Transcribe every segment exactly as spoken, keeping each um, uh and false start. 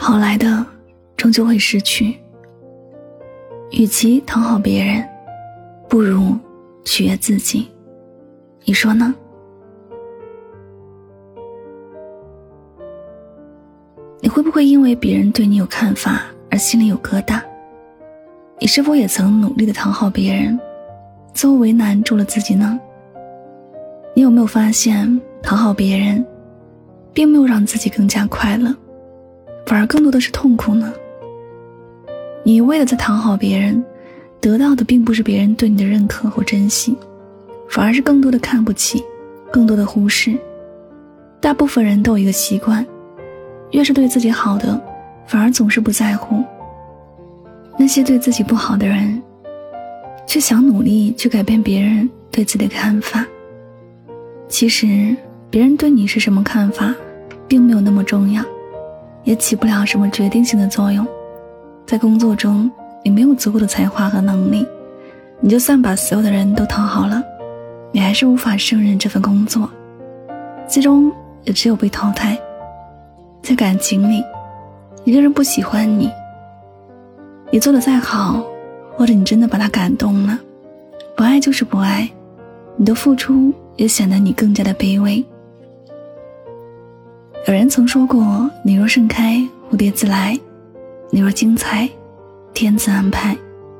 好来的终究会失去，与其讨好别人，不如取悦自己，你说呢？你会不会因为别人对你有看法而心里有疙瘩？你是否也曾努力地讨好别人，最后为难住了自己呢？你有没有发现，讨好别人并没有让自己更加快乐，反而更多的是痛苦呢？你一味地在讨好别人，得到的并不是别人对你的认可或珍惜，反而是更多的看不起，更多的忽视。大部分人都有一个习惯，越是对自己好的，反而总是不在乎。那些对自己不好的人，却想努力去改变别人对自己的看法。其实别人对你是什么看法并没有那么重要，也起不了什么决定性的作用。在工作中，你没有足够的才华和能力，你就算把所有的人都讨好了，你还是无法胜任这份工作，最终也只有被淘汰。在感情里，一个人不喜欢你，你做得再好，或者你真的把他感动了，不爱就是不爱，你的付出也显得你更加的卑微。有人曾说过，你若盛开，蝴蝶自来；你若精彩，天自安排。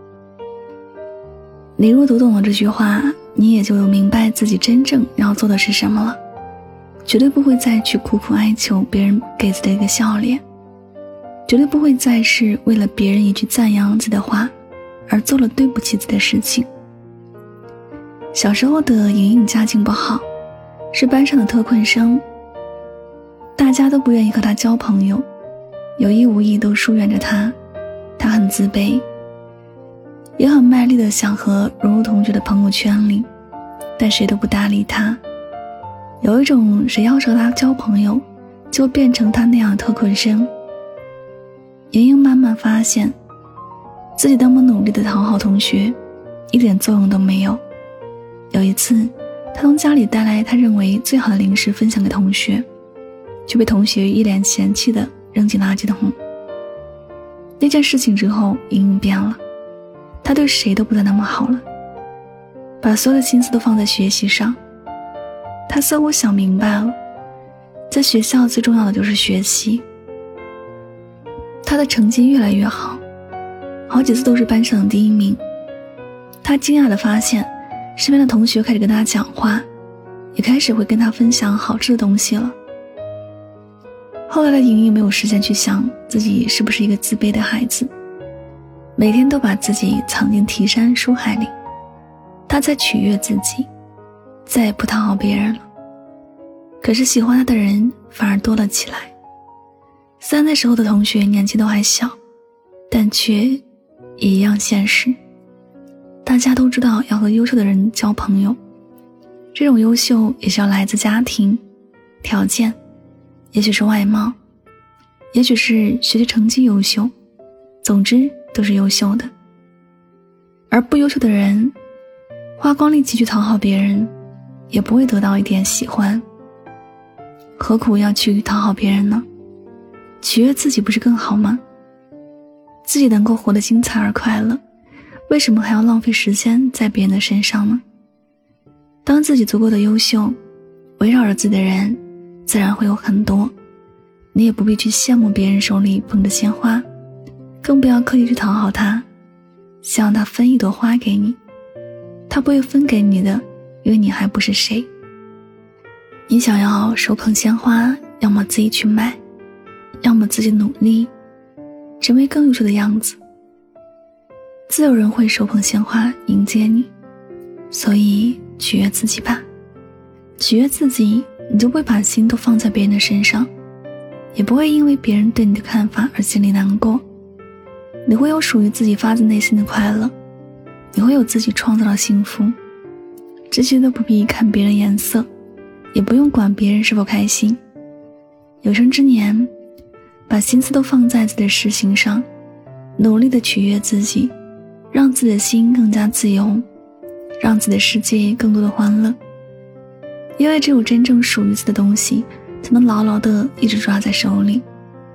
你若读懂了这句话，你也就明白自己真正要做的是什么了，绝对不会再去苦苦哀求别人给自己的一个笑脸，绝对不会再是为了别人一句赞扬自己的话而做了对不起自己的事情。小时候的莹莹家境不好，是班上的特困生，大家都不愿意和她交朋友，有意无意都疏远着她，她很自卑，也很卖力地想和融入同学的朋友圈里，但谁都不搭理她。有一种谁要是和她交朋友，就变成她那样的特困生。莹莹慢慢发现，自己那么努力地讨好同学，一点作用都没有。有一次，她从家里带来她认为最好的零食分享给同学，却被同学一脸嫌弃地扔进垃圾桶。那件事情之后，莹莹变了，她对谁都不再那么好了，把所有的心思都放在学习上。她似乎想明白了，在学校最重要的就是学习。她的成绩越来越好，好几次都是班上的第一名。她惊讶地发现，身边的同学开始跟她讲话，也开始会跟她分享好吃的东西了。后来的莹莹没有时间去想自己是不是一个自卑的孩子，每天都把自己藏进提山书海里。她在取悦自己，再也不讨好别人了。可是喜欢她的人反而多了起来。虽然那时候的同学年纪都还小，但却也一样现实。大家都知道要和优秀的人交朋友，这种优秀也是要来自家庭条件，也许是外貌，也许是学习成绩优秀，总之都是优秀的。而不优秀的人，花光力气去讨好别人，也不会得到一点喜欢，何苦要去讨好别人呢？取悦自己不是更好吗？自己能够活得精彩而快乐，为什么还要浪费时间在别人的身上呢？当自己足够的优秀，围绕着自己的人自然会有很多，你也不必去羡慕别人手里捧着鲜花，更不要刻意去讨好他，希望他分一朵花给你，他不会分给你的，因为你还不是谁。你想要手捧鲜花，要么自己去买，要么自己努力成为更优秀的样子，自有人会手捧鲜花迎接你。所以取悦自己吧，取悦自己，你就不会把心都放在别人的身上，也不会因为别人对你的看法而心里难过。你会有属于自己发自内心的快乐，你会有自己创造的幸福。这些都不必看别人颜色，也不用管别人是否开心。有生之年，把心思都放在自己的事情上，努力地取悦自己，让自己的心更加自由，让自己的世界更多的欢乐。因为只有真正属于自己的东西，才能牢牢地一直抓在手里。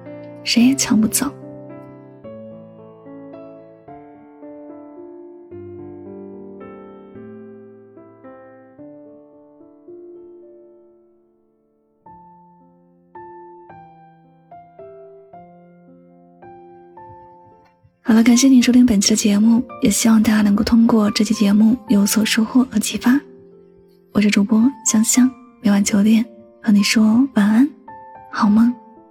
谁也抢不走。好了，感谢您收听本期的节目，也希望大家能够通过这期节目有所收获和启发。我是主播香香，每晚九点和你说晚安，好梦。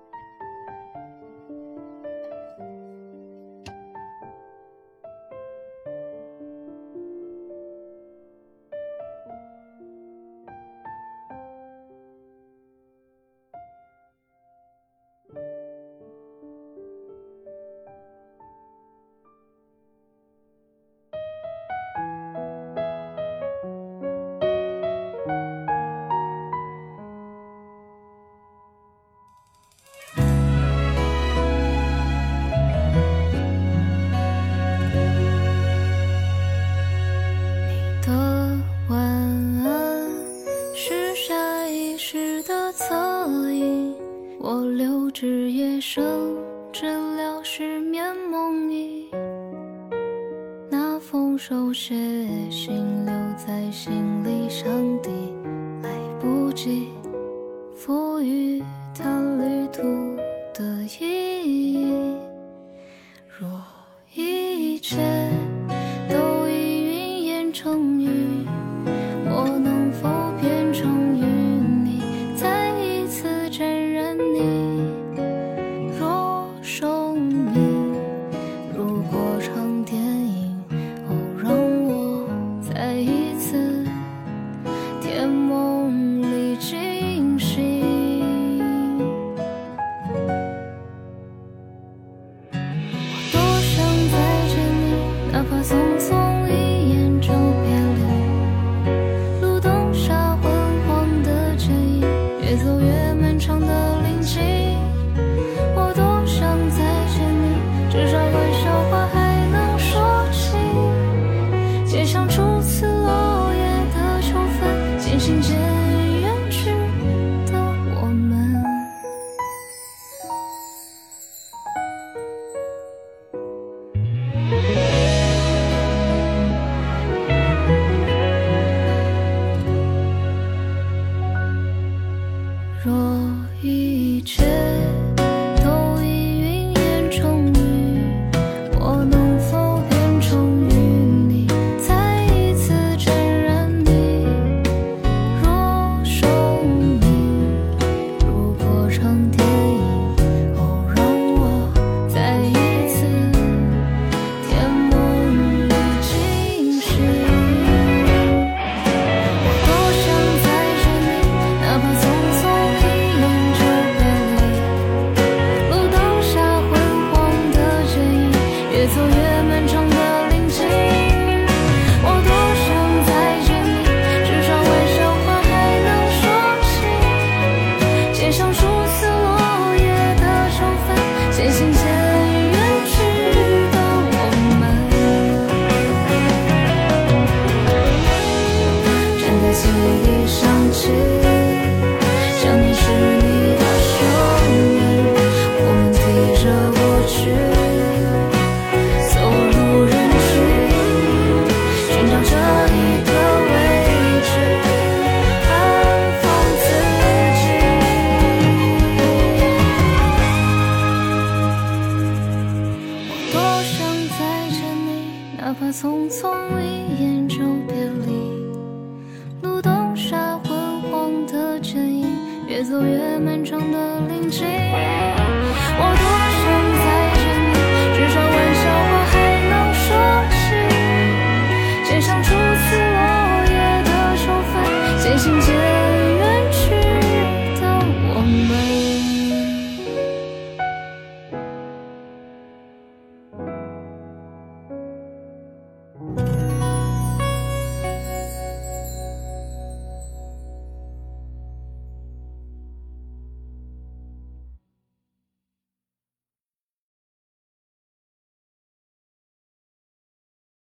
我留至夜深，治疗失眠梦呓。那封手写信留在心里，上帝来不及赋予它旅途的意义。若一切都已云烟成雨，我能否变成与你再一次沾染你？若生命如过场电影，哦，让我再一次甜梦里惊醒。我多想再见你，哪怕匆匆一眼就别离。路灯下昏黄的剪影，越走越漫长的林径。我多想再见你，至少玩笑话还能说起。街上初次落叶的秋分，渐行渐远去的我们。若一切都已云烟成雨，我能否变成与你再一次沾染你？若生命如过场电影，哦，让我再一次甜梦里惊醒。我多想再见你，哪怕匆匆一眼就别离。路灯下昏黄的剪影，越走越漫长的林径。我多想再见你，至少玩笑话还能说起。街上初次落叶的秋分，渐行渐远去的我们。站在记忆上起，想你是你的声音，我们提着过去走入人群，寻找这一个位置安放自己。我多想再见你，哪怕匆匆一眼就别离。路灯下昏黄的剪影，越走越漫长的林径。我多